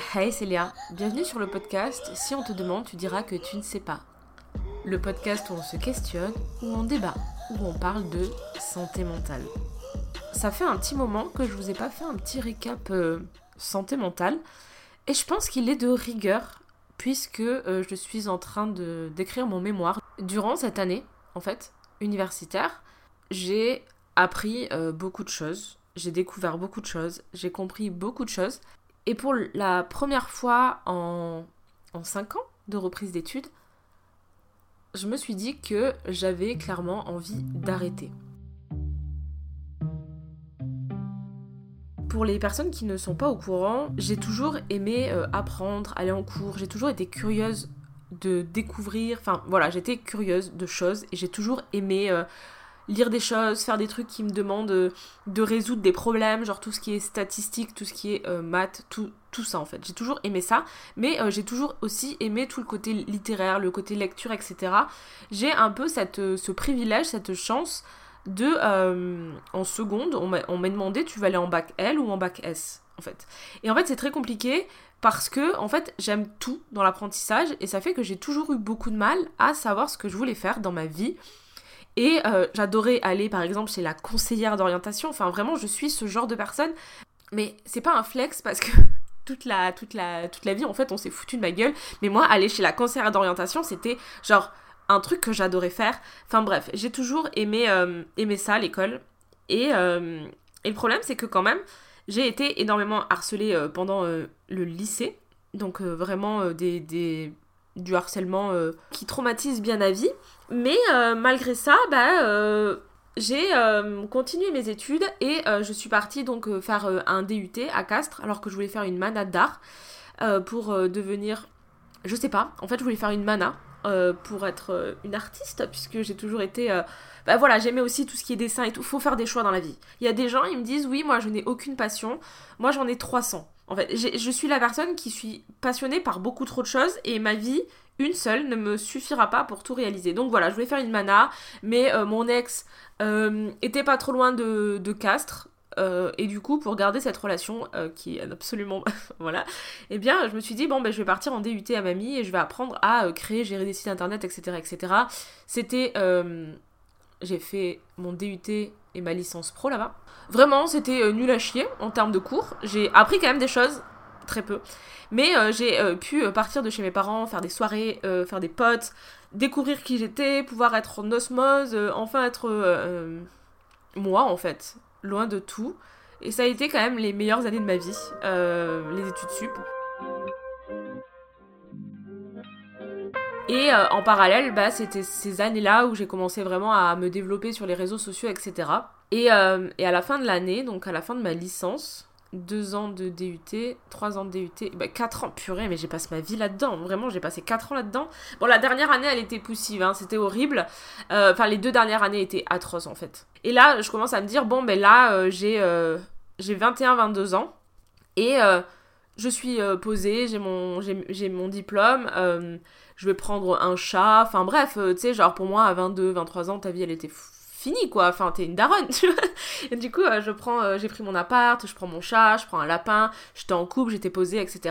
Hey Célia, bienvenue sur le podcast Si on te demande, tu diras que tu ne sais pas. Le podcast où on se questionne, où on débat, où on parle de santé mentale. Ça fait un petit moment que je vous ai pas fait un petit récap santé mentale et je pense qu'il est de rigueur puisque je suis en train d'écrire mon mémoire. Durant cette année, en fait, universitaire, j'ai appris beaucoup de choses, j'ai découvert beaucoup de choses, j'ai compris beaucoup de choses. Et pour la première fois en 5 ans de reprise d'études, je me suis dit que j'avais clairement envie d'arrêter. Pour les personnes qui ne sont pas au courant, j'ai toujours aimé apprendre, aller en cours, j'ai toujours été curieuse de découvrir, enfin voilà, j'étais curieuse de choses et j'ai toujours aimé lire des choses, faire des trucs qui me demandent de résoudre des problèmes, genre tout ce qui est statistique, tout ce qui est maths, tout ça en fait. J'ai toujours aimé ça, mais j'ai toujours aussi aimé tout le côté littéraire, le côté lecture, etc. J'ai un peu ce privilège, cette chance de, en seconde, on m'a demandé tu vas aller en bac L ou en bac S, en fait. Et en fait c'est très compliqué parce que, en fait, j'aime tout dans l'apprentissage et ça fait que j'ai toujours eu beaucoup de mal à savoir ce que je voulais faire dans ma vie. Et j'adorais aller par exemple chez la conseillère d'orientation, enfin vraiment je suis ce genre de personne, mais c'est pas un flex parce que toute la vie en fait on s'est foutu de ma gueule, mais moi aller chez la conseillère d'orientation c'était genre un truc que j'adorais faire, enfin bref, j'ai toujours aimé ça à l'école, et le problème c'est que quand même j'ai été énormément harcelée pendant le lycée, donc vraiment du harcèlement qui traumatise bien la vie. Mais malgré ça, j'ai continué mes études et je suis partie donc faire un DUT à Castres alors que je voulais faire une mana d'art pour devenir... Je sais pas, en fait je voulais faire une mana pour être une artiste puisque j'ai toujours été... voilà, j'aimais aussi tout ce qui est dessin et tout. Faut faire des choix dans la vie. Il y a des gens, ils me disent oui, moi je n'ai aucune passion. Moi j'en ai 300. En fait, je suis la personne qui suis passionnée par beaucoup trop de choses et ma vie, une seule, ne me suffira pas pour tout réaliser. Donc voilà, je voulais faire une mana, mais mon ex était pas trop loin de Castres. Et du coup, pour garder cette relation qui est absolument... voilà, eh bien, je me suis dit, bon, je vais partir en DUT à mamie et je vais apprendre à créer, gérer des sites internet, etc. etc. C'était... j'ai fait mon DUT et ma licence pro là-bas. Vraiment, c'était nul à chier en termes de cours. J'ai appris quand même des choses, très peu. Mais j'ai pu partir de chez mes parents, faire des soirées, faire des potes, découvrir qui j'étais, pouvoir être en osmose, enfin être moi en fait, loin de tout. Et ça a été quand même les meilleures années de ma vie, les études sup. Et en parallèle, c'était ces années-là où j'ai commencé vraiment à me développer sur les réseaux sociaux, etc. Et à la fin de l'année, donc à la fin de ma licence, 2 ans de DUT, 3 ans de DUT, 4 ans, purée, mais j'ai passé ma vie là-dedans, vraiment, j'ai passé 4 ans là-dedans. Bon, la dernière année, elle était poussive, hein, c'était horrible. Les 2 dernières années étaient atroces, en fait. Et là, je commence à me dire, bon, là, j'ai 21-22 ans, et je suis posée, j'ai mon diplôme, je vais prendre un chat, enfin bref, tu sais, genre pour moi, à 22-23 ans, ta vie, elle était finie, quoi, enfin, t'es une daronne, tu vois. Et du coup, j'ai pris mon appart, je prends mon chat, je prends un lapin, j'étais en couple, j'étais posée, etc.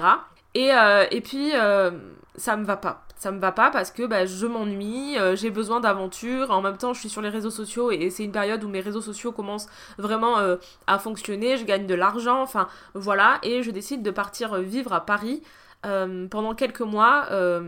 Et puis, ça me va pas. Ça me va pas parce que je m'ennuie, j'ai besoin d'aventure, en même temps je suis sur les réseaux sociaux et c'est une période où mes réseaux sociaux commencent vraiment à fonctionner, je gagne de l'argent, enfin voilà, et je décide de partir vivre à Paris pendant quelques mois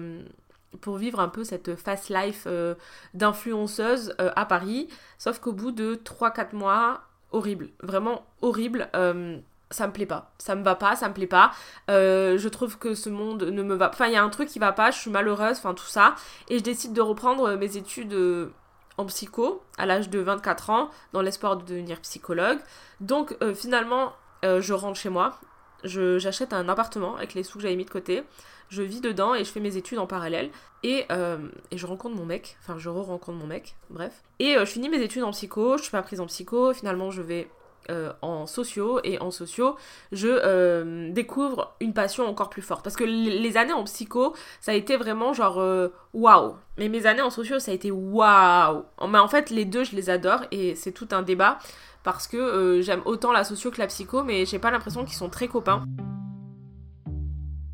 pour vivre un peu cette fast life d'influenceuse à Paris, sauf qu'au bout de 3-4 mois, horrible, vraiment horrible, ça me plaît pas, ça me va pas, ça me plaît pas, je trouve que ce monde ne me va, enfin il y a un truc qui va pas, je suis malheureuse, enfin tout ça, et je décide de reprendre mes études en psycho à l'âge de 24 ans dans l'espoir de devenir psychologue. Donc finalement je rentre chez moi, j'achète un appartement avec les sous que j'avais mis de côté, je vis dedans et je fais mes études en parallèle et je rencontre mon mec, enfin je re-rencontre mon mec, bref, et je finis mes études en psycho, je suis pas prise en psycho, finalement je vais en sociaux, et en sociaux je découvre une passion encore plus forte parce que les années en psycho ça a été vraiment genre waouh, mais mes années en sociaux ça a été waouh, mais en fait les deux je les adore et c'est tout un débat parce que j'aime autant la socio que la psycho, mais j'ai pas l'impression qu'ils sont très copains.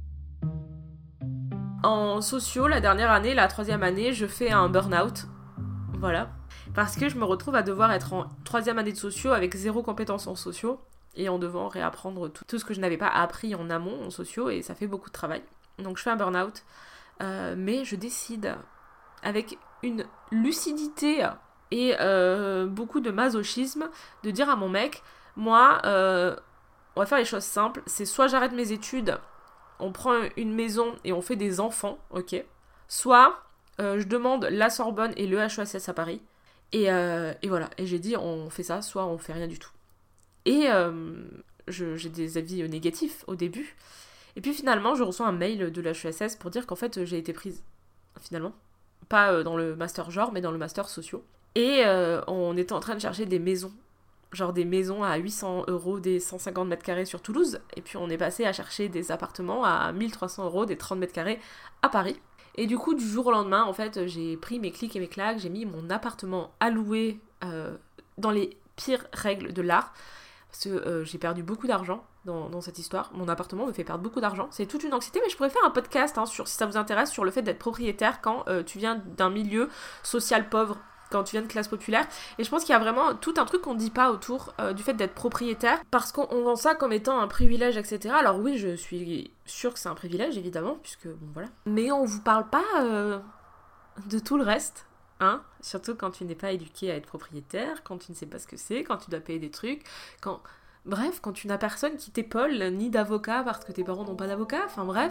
En sociaux, la dernière année, la 3e année, je fais un burn-out. Voilà. Parce que je me retrouve à devoir être en 3e année de sociaux avec 0 compétences en sociaux et en devant réapprendre tout ce que je n'avais pas appris en amont en sociaux, et ça fait beaucoup de travail. Donc je fais un burn-out, mais je décide avec une lucidité et beaucoup de masochisme de dire à mon mec, moi, on va faire les choses simples, c'est soit j'arrête mes études, on prend une maison et on fait des enfants, ok, soit je demande la Sorbonne et le HESS à Paris, et voilà, et j'ai dit on fait ça, soit on fait rien du tout. Et j'ai des avis négatifs au début, et puis finalement je reçois un mail de l'HESS pour dire qu'en fait j'ai été prise, finalement, pas dans le master genre, mais dans le master sociaux. Et on était en train de chercher des maisons, genre des maisons à 800 €, des 150 mètres carrés sur Toulouse, et puis on est passé à chercher des appartements à 1300 €, des 30 mètres carrés à Paris. Et du coup, du jour au lendemain, en fait, j'ai pris mes clics et mes claques, j'ai mis mon appartement à louer dans les pires règles de l'art, parce que j'ai perdu beaucoup d'argent dans cette histoire. Mon appartement me fait perdre beaucoup d'argent. C'est toute une anxiété, mais je pourrais faire un podcast si ça vous intéresse, sur le fait d'être propriétaire quand tu viens d'un milieu social pauvre, quand tu viens de classe populaire. Et je pense qu'il y a vraiment tout un truc qu'on dit pas autour du fait d'être propriétaire, parce qu'on vend ça comme étant un privilège, etc. Alors oui, je suis sûre que c'est un privilège, évidemment, puisque bon voilà. Mais on vous parle pas de tout le reste, hein, surtout quand tu n'es pas éduqué à être propriétaire, quand tu ne sais pas ce que c'est, quand tu dois payer des trucs, bref, quand tu n'as personne qui t'épaule, ni d'avocat parce que tes parents n'ont pas d'avocat, enfin bref.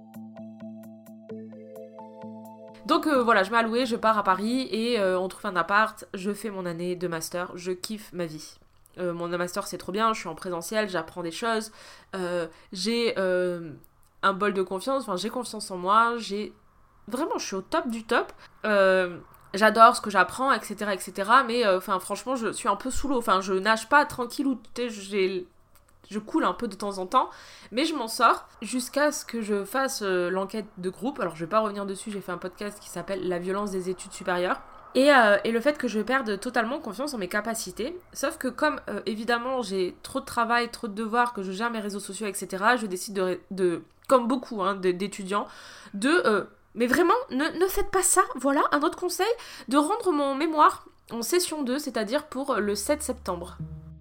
Donc voilà, je mets à louer, je pars à Paris et on trouve un appart, je fais mon année de master, je kiffe ma vie. Mon master c'est trop bien, je suis en présentiel, j'apprends des choses, j'ai un bol de confiance, enfin j'ai confiance en moi, vraiment je suis au top du top. J'adore ce que j'apprends, etc., etc. Mais franchement, je suis un peu sous l'eau. Enfin, je nage pas tranquillou. Je coule un peu de temps en temps, mais je m'en sors jusqu'à ce que je fasse l'enquête de groupe. Alors, je vais pas revenir dessus. J'ai fait un podcast qui s'appelle La violence des études supérieures. Et le fait que je perde totalement confiance en mes capacités. Sauf que comme, évidemment, j'ai trop de travail, trop de devoirs, que je gère mes réseaux sociaux, etc., je décide de comme beaucoup d'étudiants, mais vraiment, ne faites pas ça, voilà, un autre conseil, de rendre mon mémoire en session 2, c'est-à-dire pour le 7 septembre.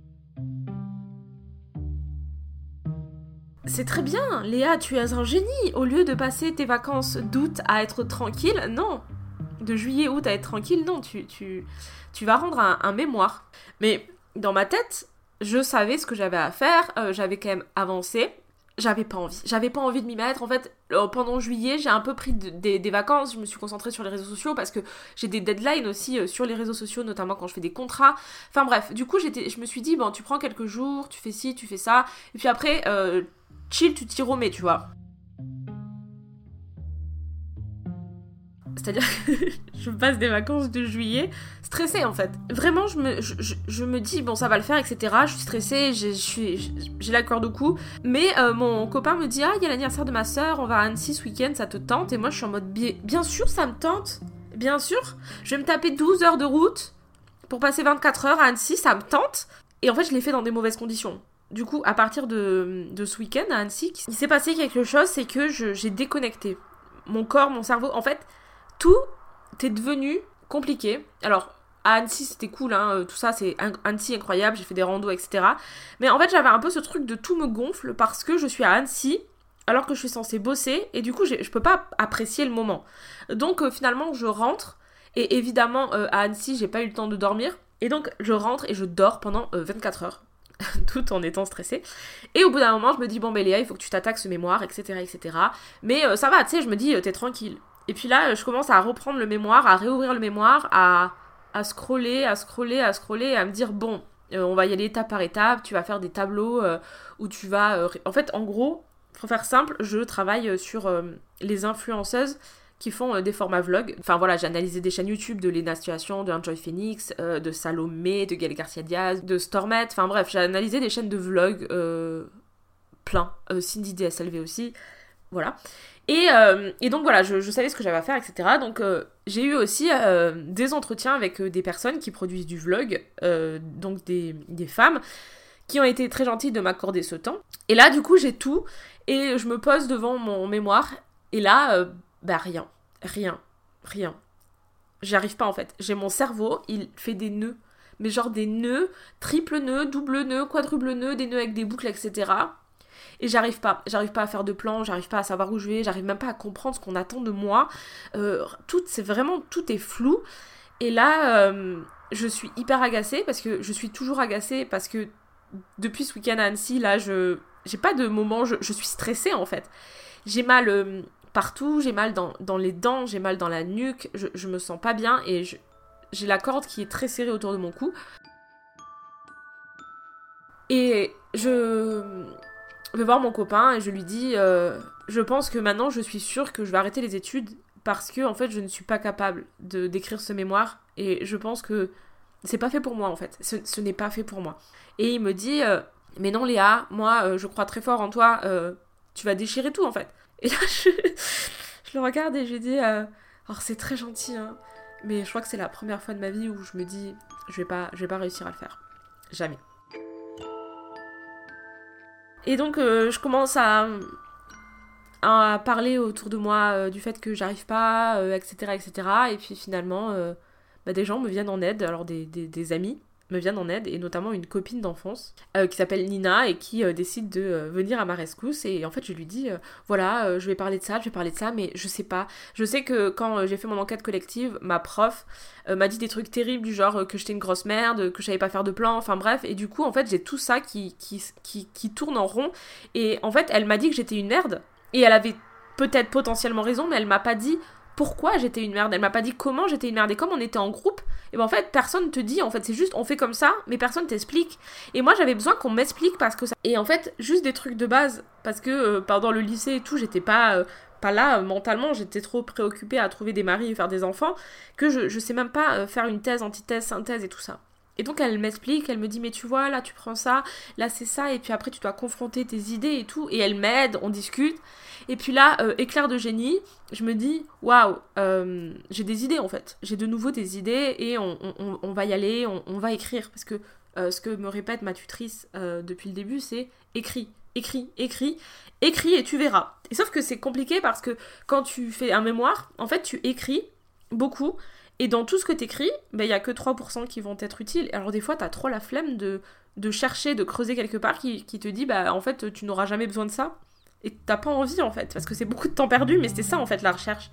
C'est très bien, Léa, tu es un génie. Au lieu de passer tes vacances d'août à être tranquille, non. De juillet-août à être tranquille, non, tu vas rendre un mémoire. Mais dans ma tête, je savais ce que j'avais à faire, j'avais quand même avancé. J'avais pas envie de m'y mettre. En fait, pendant juillet, j'ai un peu pris des vacances, je me suis concentrée sur les réseaux sociaux parce que j'ai des deadlines aussi sur les réseaux sociaux, notamment quand je fais des contrats. Enfin bref, du coup, je me suis dit, bon, tu prends quelques jours, tu fais ci, tu fais ça, et puis après, chill, tu t'y remets, tu vois. C'est-à-dire que je passe des vacances de juillet stressée en fait. Vraiment, je me dis, bon, ça va le faire, etc. Je suis stressée, j'ai la corde au cou. Mais mon copain me dit, ah, il y a l'anniversaire de ma sœur, on va à Annecy ce week-end, ça te tente? Et moi, je suis en mode, bien sûr, ça me tente. Bien sûr, je vais me taper 12 heures de route pour passer 24 heures à Annecy, ça me tente. Et en fait, je l'ai fait dans des mauvaises conditions. Du coup, à partir de ce week-end à Annecy, il s'est passé quelque chose, c'est que j'ai déconnecté. Mon corps, mon cerveau, en fait, tout est devenu compliqué. Alors, à Annecy, c'était cool, hein, tout ça, c'est Annecy incroyable, j'ai fait des randos, etc. Mais en fait, j'avais un peu ce truc de tout me gonfle parce que je suis à Annecy, alors que je suis censée bosser, et du coup, je peux pas apprécier le moment. Donc, finalement, je rentre, et évidemment, à Annecy, j'ai pas eu le temps de dormir, et donc, je rentre et je dors pendant 24 heures. Tout en étant stressée. Et au bout d'un moment, je me dis, bon, mais Léa, il faut que tu t'attaques ce mémoire, etc., etc. Mais ça va, tu sais, je me dis, t'es tranquille. Et puis là, je commence à reprendre le mémoire, à réouvrir le mémoire, à scroller, et à me dire, bon, on va y aller étape par étape, tu vas faire des tableaux où tu vas... En fait, en gros, pour faire simple, je travaille sur les influenceuses qui font des formats vlogs. Enfin voilà, j'ai analysé des chaînes YouTube de Lena Situation, de Enjoy Phoenix, de Salomé, de Gaël Garcia Diaz, de Stormette. Enfin bref, j'ai analysé des chaînes de vlogs plein. Cindy DSLV aussi. Voilà. Et donc voilà, je savais ce que j'avais à faire, etc. Donc j'ai eu aussi des entretiens avec des personnes qui produisent du vlog, donc des femmes, qui ont été très gentilles de m'accorder ce temps. Et là, du coup, j'ai tout, et je me pose devant mon mémoire, et là, Bah rien, rien, rien. J'y arrive pas en fait. J'ai mon cerveau, il fait des nœuds. Mais genre des nœuds, triple nœud, double nœud, quadruple nœud, des nœuds avec des boucles, etc. Et j'arrive pas à faire de plan, j'arrive pas à savoir où je vais, j'arrive même pas à comprendre ce qu'on attend de moi. Tout est flou. Et là, je suis hyper agacée parce que je suis toujours agacée parce que depuis ce week-end à Annecy, là, j'ai pas de moment, je suis stressée en fait. J'ai mal partout, j'ai mal dans les dents, j'ai mal dans la nuque, je me sens pas bien et j'ai la corde qui est très serrée autour de mon cou. Et je vais voir mon copain et je lui dis je pense que maintenant je suis sûre que je vais arrêter les études parce que en fait je ne suis pas capable d'écrire ce mémoire et je pense que c'est pas fait pour moi en fait. Ce n'est pas fait pour moi. Et il me dit mais non Léa, moi je crois très fort en toi, tu vas déchirer tout en fait. Et là je le regarde et je lui dis alors c'est très gentil hein, mais je crois que c'est la première fois de ma vie où je me dis je vais pas réussir à le faire. Jamais. Et donc je commence à parler autour de moi du fait que j'arrive pas, etc., etc. Et puis finalement, des gens me viennent en aide, alors des amis me viennent en aide, et notamment une copine d'enfance qui s'appelle Nina et qui décide de venir à ma rescousse. Et en fait, je lui dis, voilà, je vais parler de ça, mais je sais pas. Je sais que quand j'ai fait mon enquête collective, ma prof m'a dit des trucs terribles du genre que j'étais une grosse merde, que je savais pas faire de plan, enfin bref. Et du coup, en fait, j'ai tout ça qui tourne en rond. Et en fait, elle m'a dit que j'étais une merde. Et elle avait peut-être potentiellement raison, mais elle m'a pas dit pourquoi j'étais une merde. Elle m'a pas dit comment j'étais une merde. Et comme on était en groupe, et ben en fait, personne te dit. En fait, c'est juste on fait comme ça, mais personne t'explique. Et moi, j'avais besoin qu'on m'explique parce que ça. Et en fait, juste des trucs de base. Parce que pendant le lycée et tout, j'étais pas là mentalement. J'étais trop préoccupée à trouver des maris et faire des enfants que je sais même pas faire une thèse, antithèse, synthèse et tout ça. Et donc elle m'explique, elle me dit mais tu vois là tu prends ça, là c'est ça et puis après tu dois confronter tes idées et tout et elle m'aide, on discute et puis là éclair de génie, je me dis waouh j'ai des idées en fait, j'ai de nouveau des idées et on va y aller, on va écrire parce que ce que me répète ma tutrice depuis le début c'est écris et tu verras. Et sauf que c'est compliqué parce que quand tu fais un mémoire, en fait tu écris beaucoup. Et dans tout ce que t'écris, il y a que 3% qui vont être utiles. Alors des fois, t'as trop la flemme de chercher, de creuser quelque part qui te dit, en fait, tu n'auras jamais besoin de ça. Et t'as pas envie, en fait, parce que c'est beaucoup de temps perdu, mais c'est ça, en fait, la recherche.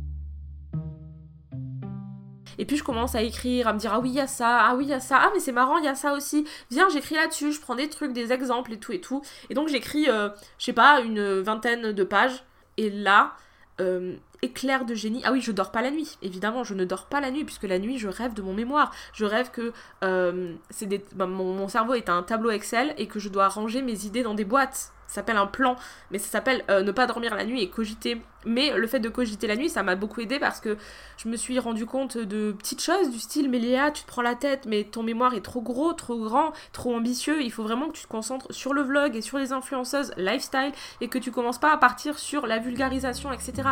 Et puis je commence à écrire, à me dire, ah oui, il y a ça, ah mais c'est marrant, il y a ça aussi. Viens, j'écris là-dessus, je prends des trucs, des exemples et tout et tout. Et donc j'écris, je sais pas, une vingtaine de pages. Et là... éclair de génie. Ah oui, je dors pas la nuit. Évidemment, je ne dors pas la nuit puisque la nuit, je rêve de mon mémoire. Je rêve que mon cerveau est un tableau Excel et que je dois ranger mes idées dans des boîtes. Ça s'appelle un plan, mais ça s'appelle ne pas dormir la nuit et cogiter. Mais le fait de cogiter la nuit, ça m'a beaucoup aidé parce que je me suis rendu compte de petites choses du style mais Léa, tu te prends la tête, mais ton mémoire est trop gros, trop grand, trop ambitieux. Il faut vraiment que tu te concentres sur le vlog et sur les influenceuses lifestyle et que tu commences pas à partir sur la vulgarisation, etc.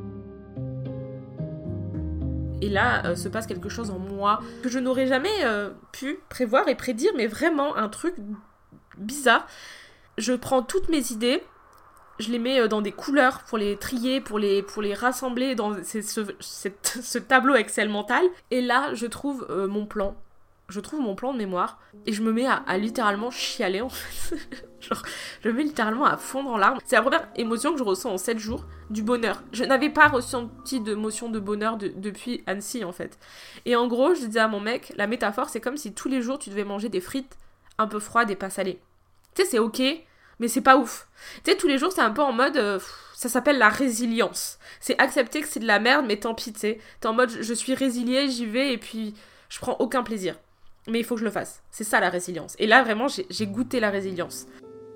Et là, se passe quelque chose en moi que je n'aurais jamais pu prévoir et prédire, mais vraiment un truc bizarre. Je prends toutes mes idées, je les mets dans des couleurs pour les trier, pour les rassembler dans ce tableau Excel mental. Et là, je trouve mon plan. Je trouve mon plan de mémoire et je me mets à littéralement chialer en fait. Genre, je me mets littéralement à fondre en larmes. C'est la première émotion que je ressens en 7 jours, du bonheur. Je n'avais pas ressenti d'émotion de bonheur depuis Annecy en fait. Et en gros, je disais à mon mec, la métaphore c'est comme si tous les jours tu devais manger des frites un peu froides et pas salées. Tu sais, c'est ok, mais c'est pas ouf. Tu sais, tous les jours c'est un peu en mode... ça s'appelle la résilience. C'est accepter que c'est de la merde, mais tant pis, tu sais. T'es en mode, je suis résiliée, j'y vais et puis je prends aucun plaisir. Mais il faut que je le fasse. C'est ça la résilience. Et là, vraiment, j'ai goûté la résilience.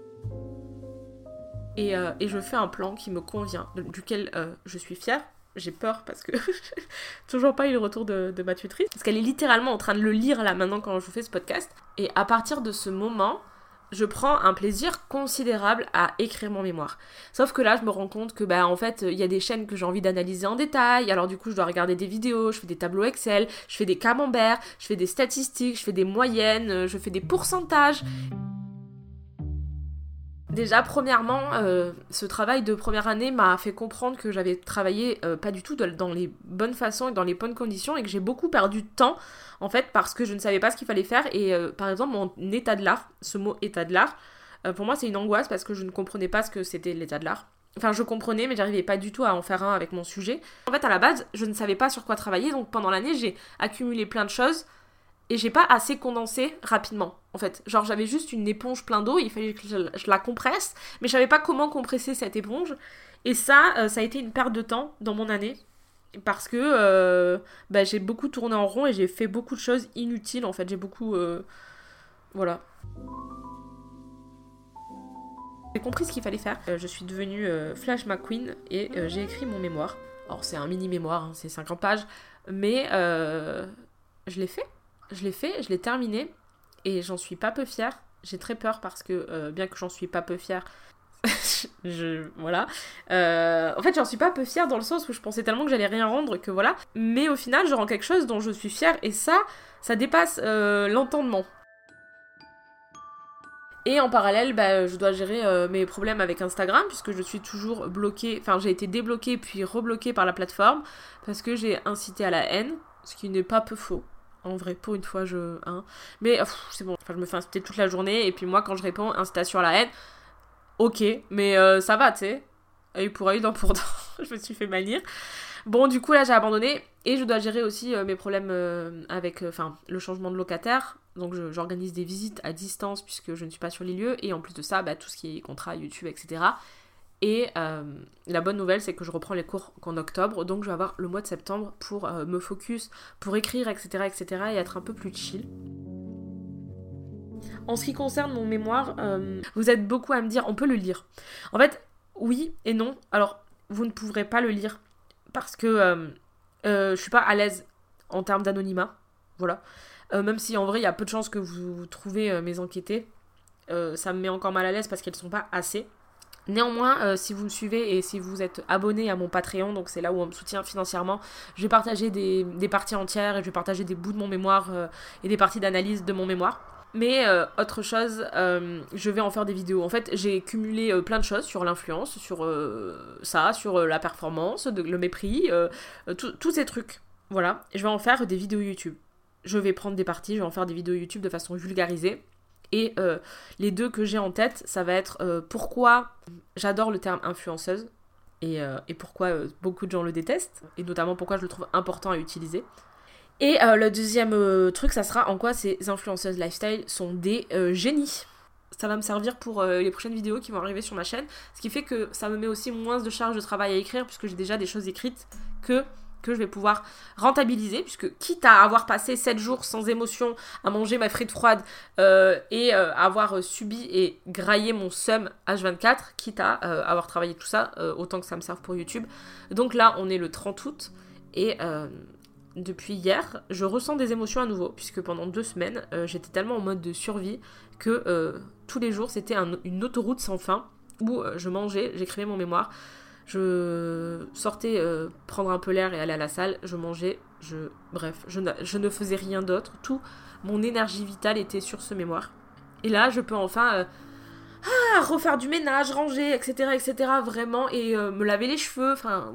Et je fais un plan qui me convient, duquel je suis fière. J'ai peur parce que toujours pas eu le retour de ma tutrice. Parce qu'elle est littéralement en train de le lire là maintenant quand je vous fais ce podcast. Et à partir de ce moment, je prends un plaisir considérable à écrire mon mémoire. Sauf que là, je me rends compte que, en fait, il y a des chaînes que j'ai envie d'analyser en détail. Alors du coup, je dois regarder des vidéos, je fais des tableaux Excel, je fais des camemberts, je fais des statistiques, je fais des moyennes, je fais des pourcentages. Déjà, premièrement, ce travail de première année m'a fait comprendre que j'avais travaillé pas du tout dans les bonnes façons et dans les bonnes conditions et que j'ai beaucoup perdu de temps, en fait, parce que je ne savais pas ce qu'il fallait faire. Et par exemple, mon état de l'art, ce mot état de l'art, pour moi, c'est une angoisse parce que je ne comprenais pas ce que c'était l'état de l'art. Enfin, je comprenais, mais j'arrivais pas du tout à en faire un avec mon sujet. En fait, à la base, je ne savais pas sur quoi travailler, donc pendant l'année, j'ai accumulé plein de choses et j'ai pas assez condensé rapidement, en fait. Genre, j'avais juste une éponge plein d'eau, il fallait que je la compresse, mais je savais pas comment compresser cette éponge. Et ça, ça a été une perte de temps dans mon année, parce que j'ai beaucoup tourné en rond et j'ai fait beaucoup de choses inutiles, en fait. J'ai beaucoup... voilà. J'ai compris ce qu'il fallait faire. Je suis devenue Flash McQueen et j'ai écrit mon mémoire. Alors, c'est un mini-mémoire, hein, c'est 50 pages, mais je l'ai fait. Je l'ai terminé et j'en suis pas peu fière. J'ai très peur parce que, bien que j'en suis pas peu fière, voilà. En fait, j'en suis pas peu fière dans le sens où je pensais tellement que j'allais rien rendre que voilà. Mais au final, je rends quelque chose dont je suis fière et ça dépasse l'entendement. Et en parallèle, je dois gérer mes problèmes avec Instagram puisque je suis toujours bloquée, enfin j'ai été débloquée puis rebloquée par la plateforme parce que j'ai incité à la haine, ce qui n'est pas peu faux. En vrai, pour une fois, mais c'est bon, enfin, je me fais inciter toute la journée, et puis moi, quand je réponds incitation à la haine, ok, mais ça va, tu sais, œil pour œil, dent pour dent, je me suis fait bannir. Bon, du coup, là, j'ai abandonné, et je dois gérer aussi mes problèmes avec le changement de locataire, donc j'organise des visites à distance, puisque je ne suis pas sur les lieux, et en plus de ça, tout ce qui est contrat, YouTube, etc., et la bonne nouvelle, c'est que je reprends les cours qu'en octobre, donc je vais avoir le mois de septembre pour me focus, pour écrire, etc., etc., et être un peu plus chill. En ce qui concerne mon mémoire, vous êtes beaucoup à me dire, on peut le lire. En fait, oui et non. Alors, vous ne pourrez pas le lire parce que je suis pas à l'aise en termes d'anonymat, voilà. Même si en vrai, il y a peu de chances que vous trouvez mes enquêtées, ça me met encore mal à l'aise parce qu'elles sont pas assez. Néanmoins, si vous me suivez et si vous êtes abonné à mon Patreon, donc c'est là où on me soutient financièrement, je vais partager des parties entières et je vais partager des bouts de mon mémoire et des parties d'analyse de mon mémoire. Mais autre chose, je vais en faire des vidéos. En fait, j'ai cumulé plein de choses sur l'influence, sur ça, sur la performance, le mépris, tous ces trucs. Voilà, et je vais en faire des vidéos YouTube. Je vais prendre des parties, je vais en faire des vidéos YouTube de façon vulgarisée. Et les deux que j'ai en tête, ça va être pourquoi j'adore le terme influenceuse et pourquoi beaucoup de gens le détestent, et notamment pourquoi je le trouve important à utiliser. Et le deuxième truc, ça sera en quoi ces influenceuses lifestyle sont des génies. Ça va me servir pour les prochaines vidéos qui vont arriver sur ma chaîne, ce qui fait que ça me met aussi moins de charge de travail à écrire, puisque j'ai déjà des choses écrites que je vais pouvoir rentabiliser, puisque quitte à avoir passé 7 jours sans émotion à manger ma frite froide et avoir subi et graillé mon seum H24, quitte à avoir travaillé tout ça, autant que ça me serve pour YouTube. Donc là, on est le 30 août et depuis hier, je ressens des émotions à nouveau, puisque pendant 2 semaines, j'étais tellement en mode de survie que tous les jours, c'était une autoroute sans fin où je mangeais, j'écrivais mon mémoire, je sortais prendre un peu l'air et aller à la salle, je mangeais, je ne faisais rien d'autre. Tout mon énergie vitale était sur ce mémoire. Et là, je peux enfin refaire du ménage, ranger, etc., etc., vraiment, et me laver les cheveux,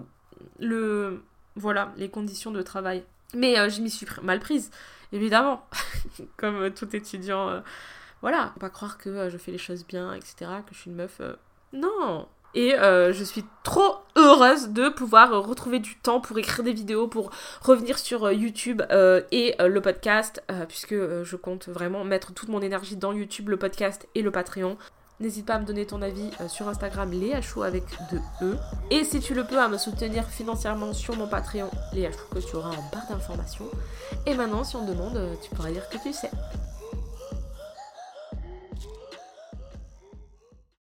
voilà, les conditions de travail. Mais je m'y suis mal prise, évidemment, comme tout étudiant. Voilà, faut pas croire que je fais les choses bien, etc., que je suis une meuf. Non. Et je suis trop heureuse de pouvoir retrouver du temps pour écrire des vidéos, pour revenir sur YouTube et le podcast, puisque je compte vraiment mettre toute mon énergie dans YouTube, le podcast et le Patreon. N'hésite pas à me donner ton avis sur Instagram, Léa Chou avec 2 E. Et si tu le peux, à me soutenir financièrement sur mon Patreon, Léa Chou, que tu auras en barre d'informations. Et maintenant, si on te demande, tu pourras dire que tu sais.